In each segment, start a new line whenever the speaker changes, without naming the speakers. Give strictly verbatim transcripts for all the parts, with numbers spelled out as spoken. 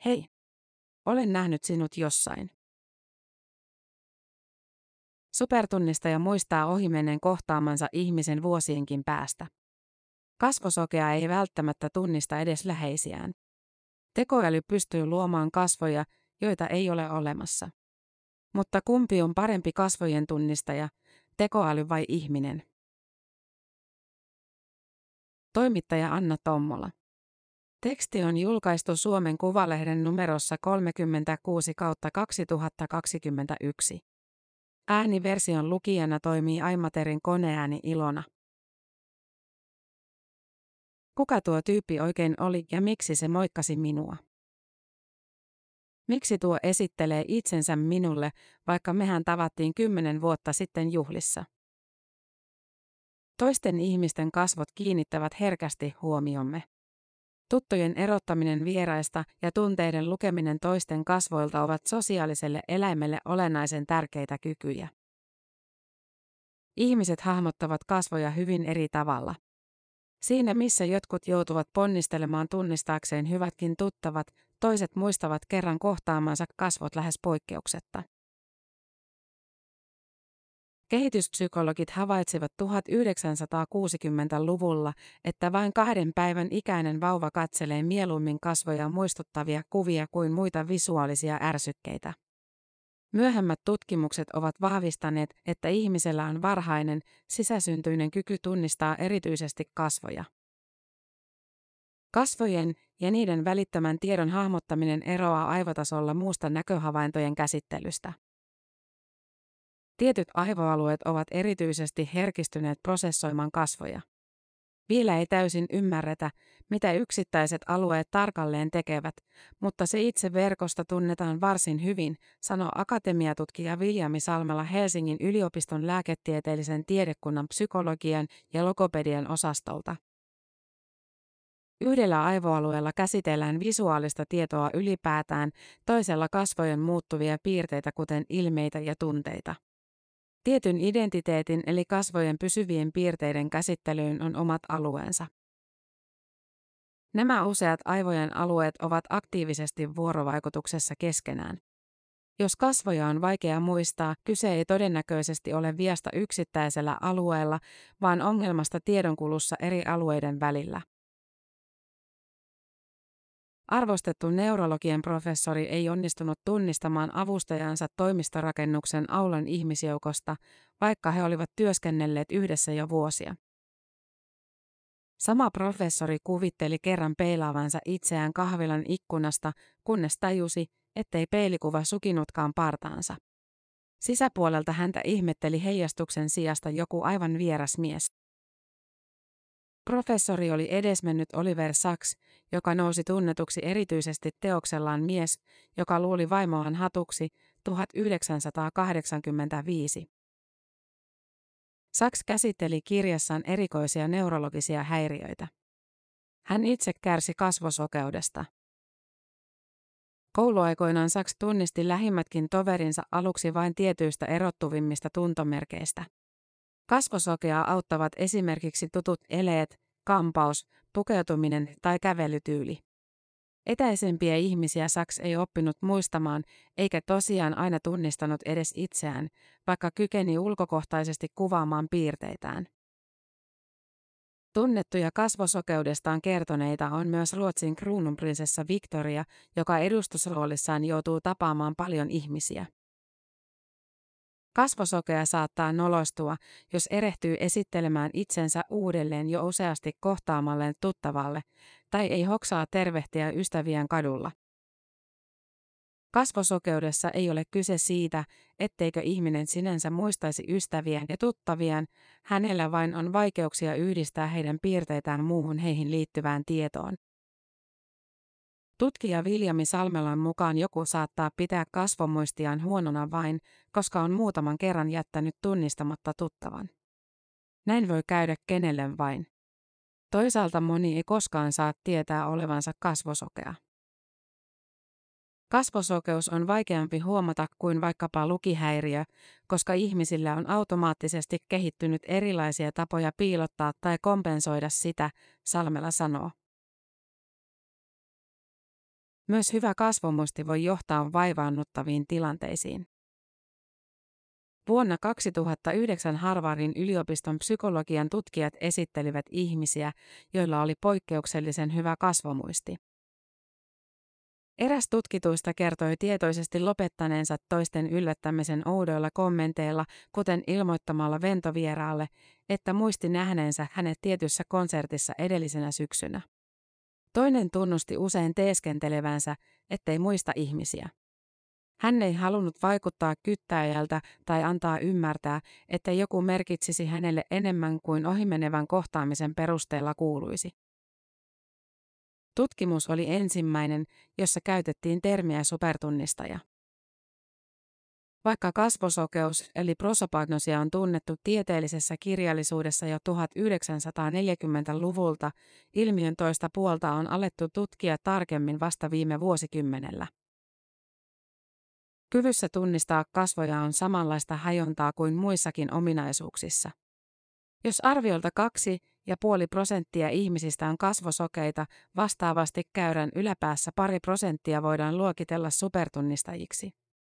Hei, olen nähnyt sinut jossain. Supertunnistaja muistaa ohimennen kohtaamansa ihmisen vuosienkin päästä. Kasvosokea ei välttämättä tunnista edes läheisiään. Tekoäly pystyy luomaan kasvoja, joita ei ole olemassa. Mutta kumpi on parempi kasvojen tunnistaja, tekoäly vai ihminen? Toimittaja Anna Tommola. Teksti on julkaistu Suomen Kuvalehden numerossa kolmekymmentäkuusi kautta kaksituhattakaksikymmentäyksi. Ääniversion lukijana toimii Aimaterin koneääni Ilona. Kuka tuo tyyppi oikein oli ja miksi se moikkasi minua? Miksi tuo esittelee itsensä minulle, vaikka mehän tavattiin kymmenen vuotta sitten juhlissa? Toisten ihmisten kasvot kiinnittävät herkästi huomiomme. Tuttujen erottaminen vieraista ja tunteiden lukeminen toisten kasvoilta ovat sosiaaliselle eläimelle olennaisen tärkeitä kykyjä. Ihmiset hahmottavat kasvoja hyvin eri tavalla. Siinä missä jotkut joutuvat ponnistelemaan tunnistaakseen hyvätkin tuttavat, toiset muistavat kerran kohtaamansa kasvot lähes poikkeuksetta. Kehityspsykologit havaitsivat tuhatyhdeksänsataakuusikymmentäluvulla, että vain kahden päivän ikäinen vauva katselee mieluummin kasvoja muistuttavia kuvia kuin muita visuaalisia ärsykkeitä. Myöhemmät tutkimukset ovat vahvistaneet, että ihmisellä on varhainen, sisäsyntyinen kyky tunnistaa erityisesti kasvoja. Kasvojen ja niiden välittämän tiedon hahmottaminen eroaa aivotasolla muusta näköhavaintojen käsittelystä. Tietyt aivoalueet ovat erityisesti herkistyneet prosessoimaan kasvoja. Vielä ei täysin ymmärretä, mitä yksittäiset alueet tarkalleen tekevät, mutta se itse verkosto tunnetaan varsin hyvin, sanoo akatemiatutkija Viljami Salmela Helsingin yliopiston lääketieteellisen tiedekunnan psykologian ja logopedian osastolta. Yhdellä aivoalueella käsitellään visuaalista tietoa ylipäätään, toisella kasvojen muuttuvia piirteitä kuten ilmeitä ja tunteita. Tietyn identiteetin eli kasvojen pysyvien piirteiden käsittelyyn on omat alueensa. Nämä useat aivojen alueet ovat aktiivisesti vuorovaikutuksessa keskenään. Jos kasvoja on vaikea muistaa, kyse ei todennäköisesti ole viasta yksittäisellä alueella, vaan ongelmasta tiedonkulussa eri alueiden välillä. Arvostettu neurologian professori ei onnistunut tunnistamaan avustajansa toimistorakennuksen aulan ihmisjoukosta, vaikka he olivat työskennelleet yhdessä jo vuosia. Sama professori kuvitteli kerran peilaavansa itseään kahvilan ikkunasta, kunnes tajusi, ettei peilikuva sukinutkaan partaansa. Sisäpuolelta häntä ihmetteli heijastuksen sijasta joku aivan vieras mies. Professori oli edesmennyt Oliver Sacks, joka nousi tunnetuksi erityisesti teoksellaan Mies, joka luuli vaimoaan hatuksi, tuhatyhdeksänsataakahdeksankymmentäviisi. Sacks käsitteli kirjassaan erikoisia neurologisia häiriöitä. Hän itse kärsi kasvosokeudesta. Kouluaikoinaan Sacks tunnisti lähimmätkin toverinsa aluksi vain tietyistä erottuvimmista tuntomerkeistä. Kasvosokeaa auttavat esimerkiksi tutut eleet, kampaus, pukeutuminen tai kävelytyyli. Etäisempiä ihmisiä Sacks ei oppinut muistamaan, eikä tosiaan aina tunnistanut edes itseään, vaikka kykeni ulkokohtaisesti kuvaamaan piirteitään. Tunnettuja kasvosokeudestaan kertoneita on myös Ruotsin kruununprinsessa Victoria, joka edustusroolissaan joutuu tapaamaan paljon ihmisiä. Kasvosokea saattaa nolostua, jos erehtyy esittelemään itsensä uudelleen jo useasti kohtaamalleen tuttavalle, tai ei hoksaa tervehtiä ystäviään kadulla. Kasvosokeudessa ei ole kyse siitä, etteikö ihminen sinänsä muistaisi ystäviään ja tuttaviaan, hänellä vain on vaikeuksia yhdistää heidän piirteitään muuhun heihin liittyvään tietoon. Tutkija Viljami Salmelan mukaan joku saattaa pitää kasvomuistiaan huonona vain, koska on muutaman kerran jättänyt tunnistamatta tuttavan. Näin voi käydä kenelle vain. Toisaalta moni ei koskaan saa tietää olevansa kasvosokea. Kasvosokeus on vaikeampi huomata kuin vaikkapa lukihäiriö, koska ihmisillä on automaattisesti kehittynyt erilaisia tapoja piilottaa tai kompensoida sitä, Salmela sanoo. Myös hyvä kasvomuisti voi johtaa vaivaannuttaviin tilanteisiin. Vuonna kaksituhattayhdeksän Harvardin yliopiston psykologian tutkijat esittelivät ihmisiä, joilla oli poikkeuksellisen hyvä kasvomuisti. Eräs tutkituista kertoi tietoisesti lopettaneensa toisten yllättämisen oudoilla kommenteilla, kuten ilmoittamalla ventovieraalle, että muisti nähneensä hänet tietyssä konsertissa edellisenä syksynä. Toinen tunnusti usein teeskentelevänsä, ettei muista ihmisiä. Hän ei halunnut vaikuttaa kyttäjältä tai antaa ymmärtää, että joku merkitsisi hänelle enemmän kuin ohimenevän kohtaamisen perusteella kuuluisi. Tutkimus oli ensimmäinen, jossa käytettiin termiä supertunnistaja. Vaikka kasvosokeus eli prosopagnosia on tunnettu tieteellisessä kirjallisuudessa jo tuhatyhdeksänsataaneljäkymmentäluvulta, ilmiön toista puolta on alettu tutkia tarkemmin vasta viime vuosikymmenellä. Kyvyssä tunnistaa kasvoja on samanlaista hajontaa kuin muissakin ominaisuuksissa. Jos arviolta kaksi pilkku viisi prosenttia ihmisistä on kasvosokeita, vastaavasti käyrän yläpäässä pari prosenttia voidaan luokitella supertunnistajiksi.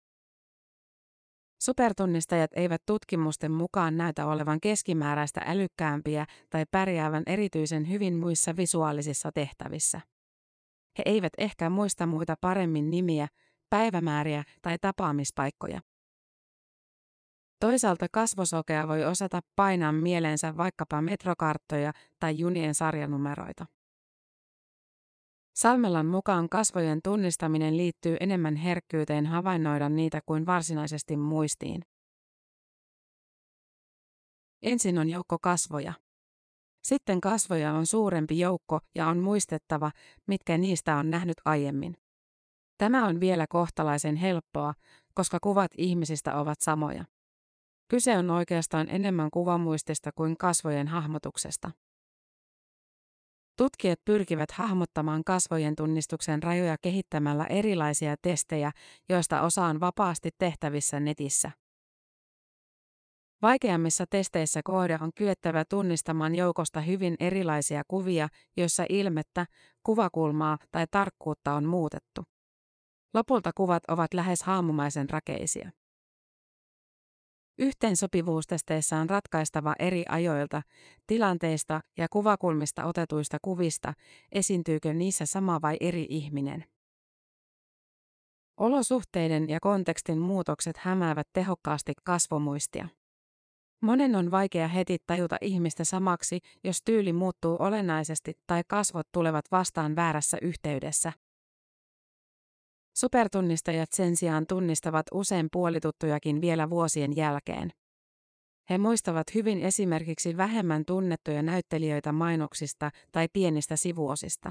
Supertunnistajat eivät tutkimusten mukaan näytä olevan keskimääräistä älykkäämpiä tai pärjäävän erityisen hyvin muissa visuaalisissa tehtävissä. He eivät ehkä muista muita paremmin nimiä, päivämääriä tai tapaamispaikkoja. Toisaalta kasvosokea voi osata painaa mieleensä vaikkapa metrokarttoja tai junien sarjanumeroita. Salmelan mukaan kasvojen tunnistaminen liittyy enemmän herkkyyteen havainnoida niitä kuin varsinaisesti muistiin. Ensin on joukko kasvoja. Sitten kasvoja on suurempi joukko ja on muistettava, mitkä niistä on nähnyt aiemmin. Tämä on vielä kohtalaisen helppoa, koska kuvat ihmisistä ovat samoja. Kyse on oikeastaan enemmän kuvamuistista kuin kasvojen hahmotuksesta. Tutkijat pyrkivät hahmottamaan kasvojen tunnistuksen rajoja kehittämällä erilaisia testejä, joista osa on vapaasti tehtävissä netissä. Vaikeammissa testeissä kohde on kyettävä tunnistamaan joukosta hyvin erilaisia kuvia, joissa ilmettä, kuvakulmaa tai tarkkuutta on muutettu. Lopulta kuvat ovat lähes haamumaisen rakeisia. Yhteensopivuustesteissä on ratkaistava eri ajoilta, tilanteista ja kuvakulmista otetuista kuvista, esiintyykö niissä sama vai eri ihminen. Olosuhteiden ja kontekstin muutokset hämäävät tehokkaasti kasvomuistia. Monen on vaikea heti tajuta ihmistä samaksi, jos tyyli muuttuu olennaisesti tai kasvot tulevat vastaan väärässä yhteydessä. Supertunnistajat sen sijaan tunnistavat usein puolituttujakin vielä vuosien jälkeen. He muistavat hyvin esimerkiksi vähemmän tunnettuja näyttelijöitä mainoksista tai pienistä sivuosista.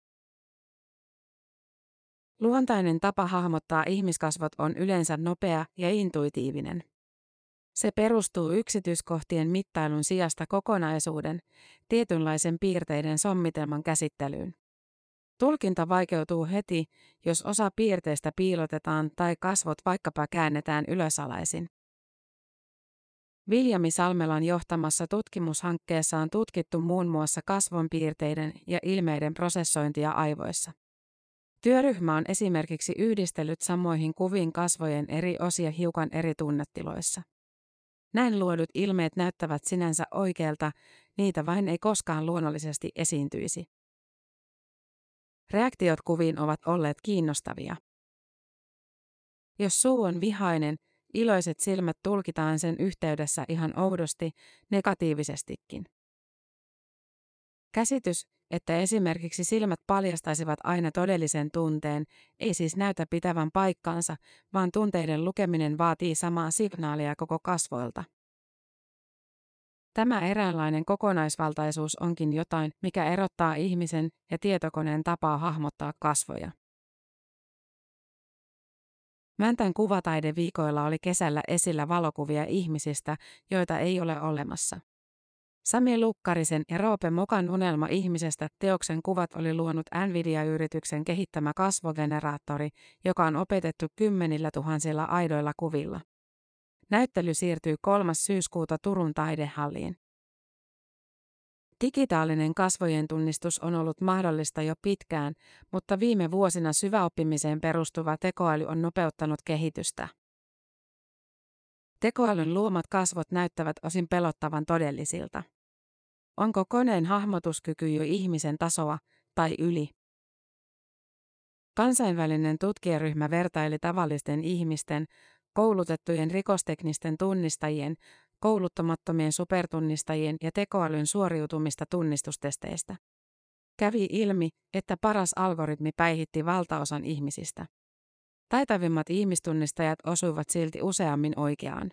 Luontainen tapa hahmottaa ihmiskasvot on yleensä nopea ja intuitiivinen. Se perustuu yksityiskohtien mittailun sijasta kokonaisuuden, tietynlaisen piirteiden sommitelman käsittelyyn. Tulkinta vaikeutuu heti, jos osa piirteistä piilotetaan tai kasvot vaikkapa käännetään ylösalaisin. Viljami Salmelan johtamassa tutkimushankkeessa on tutkittu muun muassa kasvonpiirteiden ja ilmeiden prosessointia aivoissa. Työryhmä on esimerkiksi yhdistellyt samoihin kuviin kasvojen eri osia hiukan eri tunnetiloissa. Näin luodut ilmeet näyttävät sinänsä oikealta, niitä vain ei koskaan luonnollisesti esiintyisi. Reaktiot kuviin ovat olleet kiinnostavia. Jos suu on vihainen, iloiset silmät tulkitaan sen yhteydessä ihan oudosti, negatiivisestikin. Käsitys, että esimerkiksi silmät paljastaisivat aina todellisen tunteen, ei siis näytä pitävän paikkaansa, vaan tunteiden lukeminen vaatii samaa signaalia koko kasvoilta. Tämä eräänlainen kokonaisvaltaisuus onkin jotain, mikä erottaa ihmisen ja tietokoneen tapaa hahmottaa kasvoja. Mäntän kuvataideviikoilla oli kesällä esillä valokuvia ihmisistä, joita ei ole olemassa. Sami Lukkarisen ja Roope Mokan unelma ihmisestä teoksen kuvat oli luonut Nvidia-yrityksen kehittämä kasvogeneraattori, joka on opetettu kymmenillä tuhansilla aidoilla kuvilla. Näyttely siirtyy kolmas syyskuuta Turun taidehalliin. Digitaalinen kasvojen tunnistus on ollut mahdollista jo pitkään, mutta viime vuosina syväoppimiseen perustuva tekoäly on nopeuttanut kehitystä. Tekoälyn luomat kasvot näyttävät osin pelottavan todellisilta. Onko koneen hahmotuskyky jo ihmisen tasoa tai yli? Kansainvälinen tutkijaryhmä vertaili tavallisten ihmisten, koulutettujen rikosteknisten tunnistajien, kouluttamattomien supertunnistajien ja tekoälyn suoriutumista tunnistustesteistä. Kävi ilmi, että paras algoritmi päihitti valtaosan ihmisistä. Taitavimmat ihmistunnistajat osuivat silti useammin oikeaan.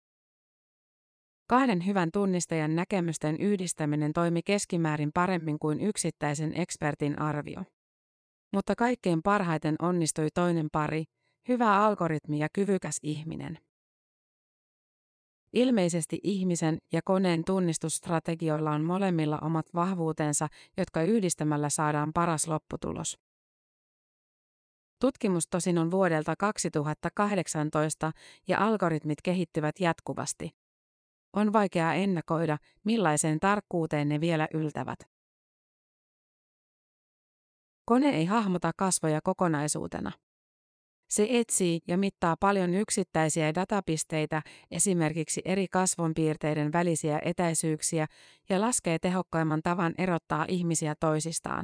Kahden hyvän tunnistajan näkemysten yhdistäminen toimi keskimäärin paremmin kuin yksittäisen ekspertin arvio. Mutta kaikkein parhaiten onnistui toinen pari, hyvä algoritmi ja kyvykäs ihminen. Ilmeisesti ihmisen ja koneen tunnistusstrategioilla on molemmilla omat vahvuutensa, jotka yhdistämällä saadaan paras lopputulos. Tutkimus tosin on vuodelta kaksituhattakahdeksantoista ja algoritmit kehittyvät jatkuvasti. On vaikea ennakoida, millaiseen tarkkuuteen ne vielä yltävät. Kone ei hahmota kasvoja kokonaisuutena. Se etsii ja mittaa paljon yksittäisiä datapisteitä, esimerkiksi eri kasvonpiirteiden välisiä etäisyyksiä, ja laskee tehokkaimman tavan erottaa ihmisiä toisistaan.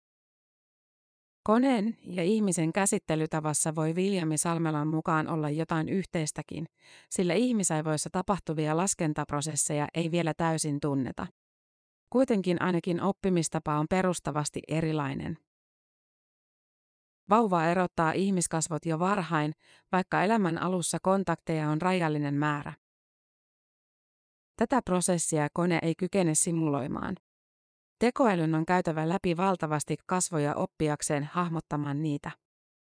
Koneen ja ihmisen käsittelytavassa voi William Salmelan mukaan olla jotain yhteistäkin, sillä ihmisaivoissa tapahtuvia laskentaprosesseja ei vielä täysin tunneta. Kuitenkin ainakin oppimistapa on perustavasti erilainen. Vauva erottaa ihmiskasvot jo varhain, vaikka elämän alussa kontakteja on rajallinen määrä. Tätä prosessia kone ei kykene simuloimaan. Tekoälyn on käytävä läpi valtavasti kasvoja oppiakseen hahmottamaan niitä.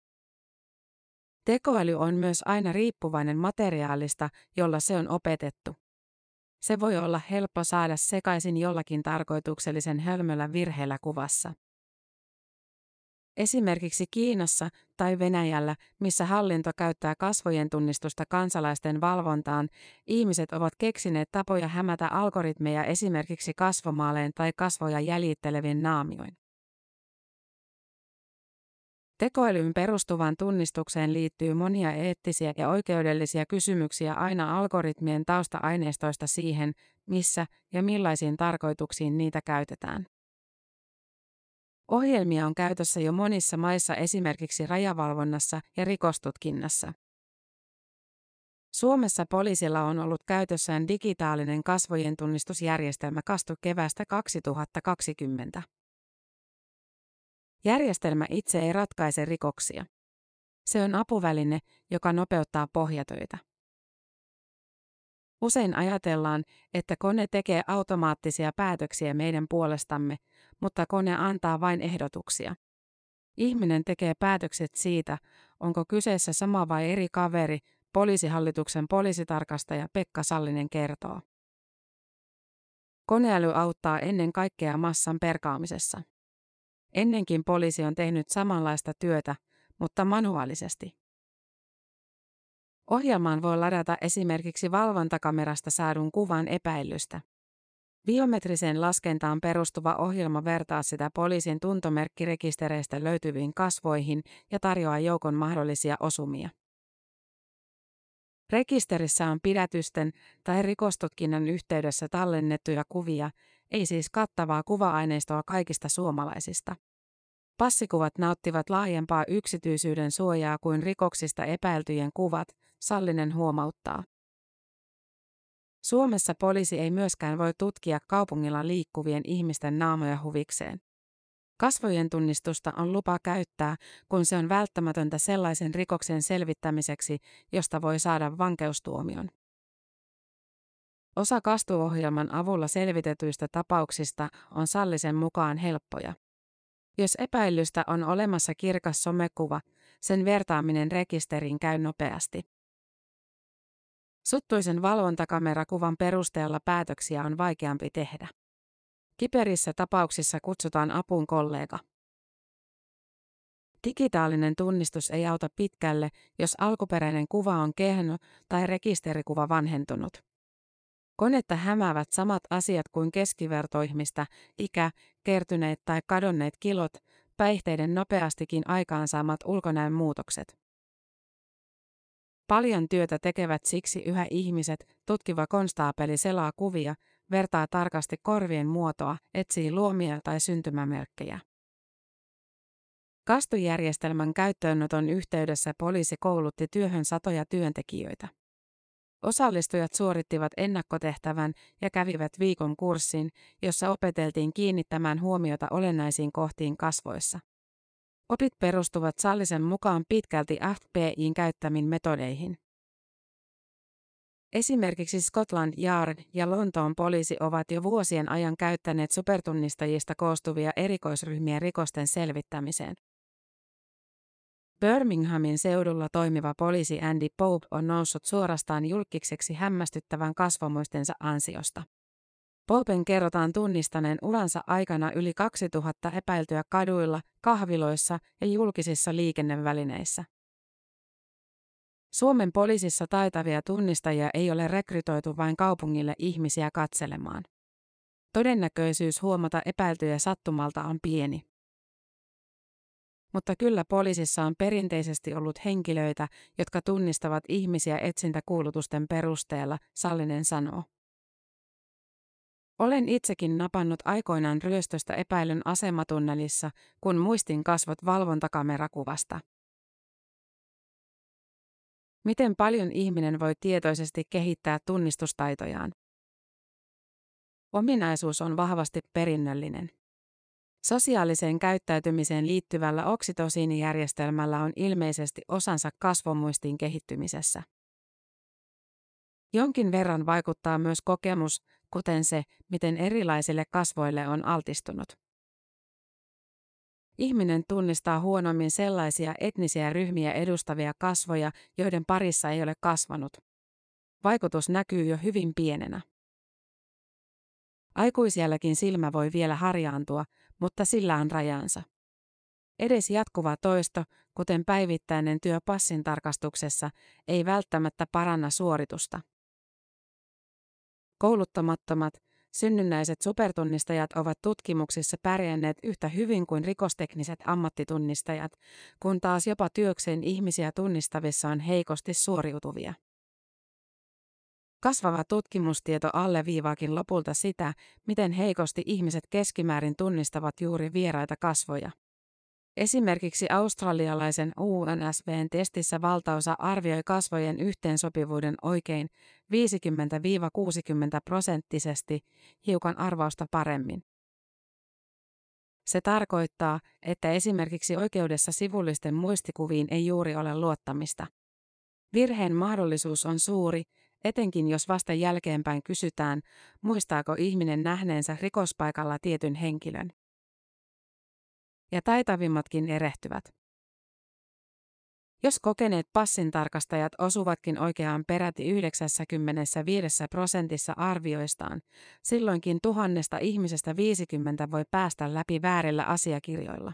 Tekoäly on myös aina riippuvainen materiaalista, jolla se on opetettu. Se voi olla helppo saada sekaisin jollakin tarkoituksellisen hölmöllä virheellä kuvassa. Esimerkiksi Kiinassa tai Venäjällä, missä hallinto käyttää kasvojen tunnistusta kansalaisten valvontaan, ihmiset ovat keksineet tapoja hämätä algoritmeja esimerkiksi kasvomaaleen tai kasvoja jäljittelevin naamioin. Tekoälyyn perustuvaan tunnistukseen liittyy monia eettisiä ja oikeudellisia kysymyksiä aina algoritmien tausta-aineistoista siihen, missä ja millaisiin tarkoituksiin niitä käytetään. Ohjelmia on käytössä jo monissa maissa esimerkiksi rajavalvonnassa ja rikostutkinnassa. Suomessa poliisilla on ollut käytössään digitaalinen kasvojen tunnistusjärjestelmä Kastu keväästä kaksituhattakaksikymmentä. Järjestelmä itse ei ratkaise rikoksia. Se on apuväline, joka nopeuttaa pohjatöitä. Usein ajatellaan, että kone tekee automaattisia päätöksiä meidän puolestamme, mutta kone antaa vain ehdotuksia. Ihminen tekee päätökset siitä, onko kyseessä sama vai eri kaveri, Poliisihallituksen poliisitarkastaja Pekka Sallinen kertoo. Koneäly auttaa ennen kaikkea massan perkaamisessa. Ennenkin poliisi on tehnyt samanlaista työtä, mutta manuaalisesti. Ohjelmaan voi ladata esimerkiksi valvontakamerasta saadun kuvan epäilystä. Biometriseen laskentaan perustuva ohjelma vertaa sitä poliisin tuntomerkkirekistereistä löytyviin kasvoihin ja tarjoaa joukon mahdollisia osumia. Rekisterissä on pidätysten tai rikostutkinnan yhteydessä tallennettuja kuvia, ei siis kattavaa kuva-aineistoa kaikista suomalaisista. Passikuvat nauttivat laajempaa yksityisyyden suojaa kuin rikoksista epäiltyjen kuvat, Sallinen huomauttaa. Suomessa poliisi ei myöskään voi tutkia kaupungilla liikkuvien ihmisten naamoja huvikseen. Kasvojen tunnistusta on lupa käyttää, kun se on välttämätöntä sellaisen rikoksen selvittämiseksi, josta voi saada vankeustuomion. Osa Kastu-ohjelman avulla selvitetyistä tapauksista on Sallisen mukaan helppoja. Jos epäilystä on olemassa kirkas somekuva, sen vertaaminen rekisteriin käy nopeasti. Suttuisen valvontakamerakuvan perusteella päätöksiä on vaikeampi tehdä. Kiperissä tapauksissa kutsutaan apuun kollega. Digitaalinen tunnistus ei auta pitkälle, jos alkuperäinen kuva on kehno tai rekisterikuva vanhentunut. Konetta hämäävät samat asiat kuin keskivertoihmistä, ikä, kertyneet tai kadonneet kilot, päihteiden nopeastikin aikaansaamat ulkonäön muutokset. Paljon työtä tekevät siksi yhä ihmiset, tutkiva konstaapeli selaa kuvia, vertaa tarkasti korvien muotoa, etsii luomia tai syntymämerkkejä. Kastujärjestelmän käyttöönoton yhteydessä poliisi koulutti työhön satoja työntekijöitä. Osallistujat suorittivat ennakkotehtävän ja kävivät viikon kurssin, jossa opeteltiin kiinnittämään huomiota olennaisiin kohtiin kasvoissa. Opit perustuvat Sallisen mukaan pitkälti F B I:n käyttämiin metodeihin. Esimerkiksi Scotland Yard ja Lontoon poliisi ovat jo vuosien ajan käyttäneet supertunnistajista koostuvia erikoisryhmiä rikosten selvittämiseen. Birminghamin seudulla toimiva poliisi Andy Pope on noussut suorastaan julkiseksi hämmästyttävän kasvomuistensa ansiosta. Popen kerrotaan tunnistaneen uransa aikana yli kaksituhatta epäiltyä kaduilla, kahviloissa ja julkisissa liikennevälineissä. Suomen poliisissa taitavia tunnistajia ei ole rekrytoitu vain kaupungille ihmisiä katselemaan. Todennäköisyys huomata epäiltyjä sattumalta on pieni. Mutta kyllä poliisissa on perinteisesti ollut henkilöitä, jotka tunnistavat ihmisiä etsintäkuulutusten perusteella, Sallinen sanoo. Olen itsekin napannut aikoinaan ryöstöstä epäilyn asematunnelissa, kun muistin kasvot valvontakamerakuvasta. Miten paljon ihminen voi tietoisesti kehittää tunnistustaitojaan? Ominaisuus on vahvasti perinnöllinen. Sosiaaliseen käyttäytymiseen liittyvällä oksitosiinijärjestelmällä on ilmeisesti osansa kasvomuistin kehittymisessä. Jonkin verran vaikuttaa myös kokemus, kuten se, miten erilaisille kasvoille on altistunut. Ihminen tunnistaa huonommin sellaisia etnisiä ryhmiä edustavia kasvoja, joiden parissa ei ole kasvanut. Vaikutus näkyy jo hyvin pienenä. Aikuisielläkin silmä voi vielä harjaantua, mutta sillä on rajansa. Edes jatkuva toisto, kuten päivittäinen työ passintarkastuksessa, ei välttämättä paranna suoritusta. Kouluttamattomat, synnynnäiset supertunnistajat ovat tutkimuksissa pärjänneet yhtä hyvin kuin rikostekniset ammattitunnistajat, kun taas jopa työkseen ihmisiä tunnistavissa on heikosti suoriutuvia. Kasvava tutkimustieto alleviivaakin lopulta sitä, miten heikosti ihmiset keskimäärin tunnistavat juuri vieraita kasvoja. Esimerkiksi australialaisen U N S V:n testissä valtaosa arvioi kasvojen yhteensopivuuden oikein viisikymmentä kuusikymmentä prosenttisesti, hiukan arvausta paremmin. Se tarkoittaa, että esimerkiksi oikeudessa sivullisten muistikuviin ei juuri ole luottamista. Virheen mahdollisuus on suuri, etenkin jos vasta jälkeenpäin kysytään, muistaako ihminen nähneensä rikospaikalla tietyn henkilön. Ja taitavimmatkin erehtyvät. Jos kokeneet passintarkastajat osuvatkin oikeaan peräti yhdeksänkymmentäviisi prosentissa arvioistaan, silloinkin tuhannesta ihmisestä viisikymmentä voi päästä läpi väärillä asiakirjoilla.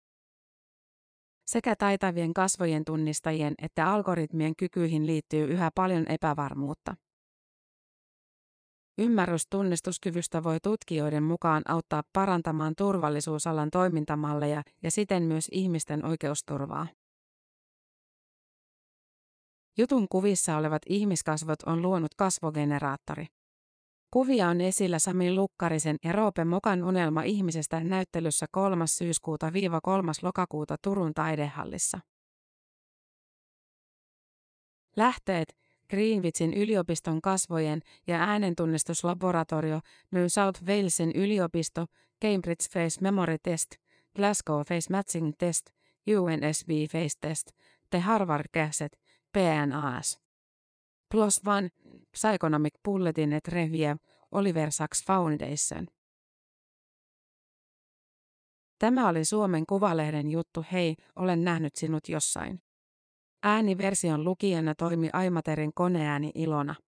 Sekä taitavien kasvojen tunnistajien että algoritmien kykyihin liittyy yhä paljon epävarmuutta. Ymmärrys tunnistuskyvystä voi tutkijoiden mukaan auttaa parantamaan turvallisuusalan toimintamalleja ja siten myös ihmisten oikeusturvaa. Jutun kuvissa olevat ihmiskasvot on luonut kasvogeneraattori. Kuvia on esillä Sami Lukkarisen ja Roope Mokan unelma ihmisestä näyttelyssä kolmas syyskuuta - kolmas lokakuuta Turun taidehallissa. Lähteet: Greenwichin yliopiston kasvojen ja äänentunnistuslaboratorio, New South Walesin yliopisto, Cambridge Face Memory Test, Glasgow Face Matching Test, U N S B Face Test, The Harvard Gazette, P N A S. Plus One, Psychonomic Bulletin et Review, Oliver Sacks Foundation. Tämä oli Suomen Kuvalehden juttu. Hei, olen nähnyt sinut jossain. Ääniversion lukijana toimi Aimaterin koneääni Ilona.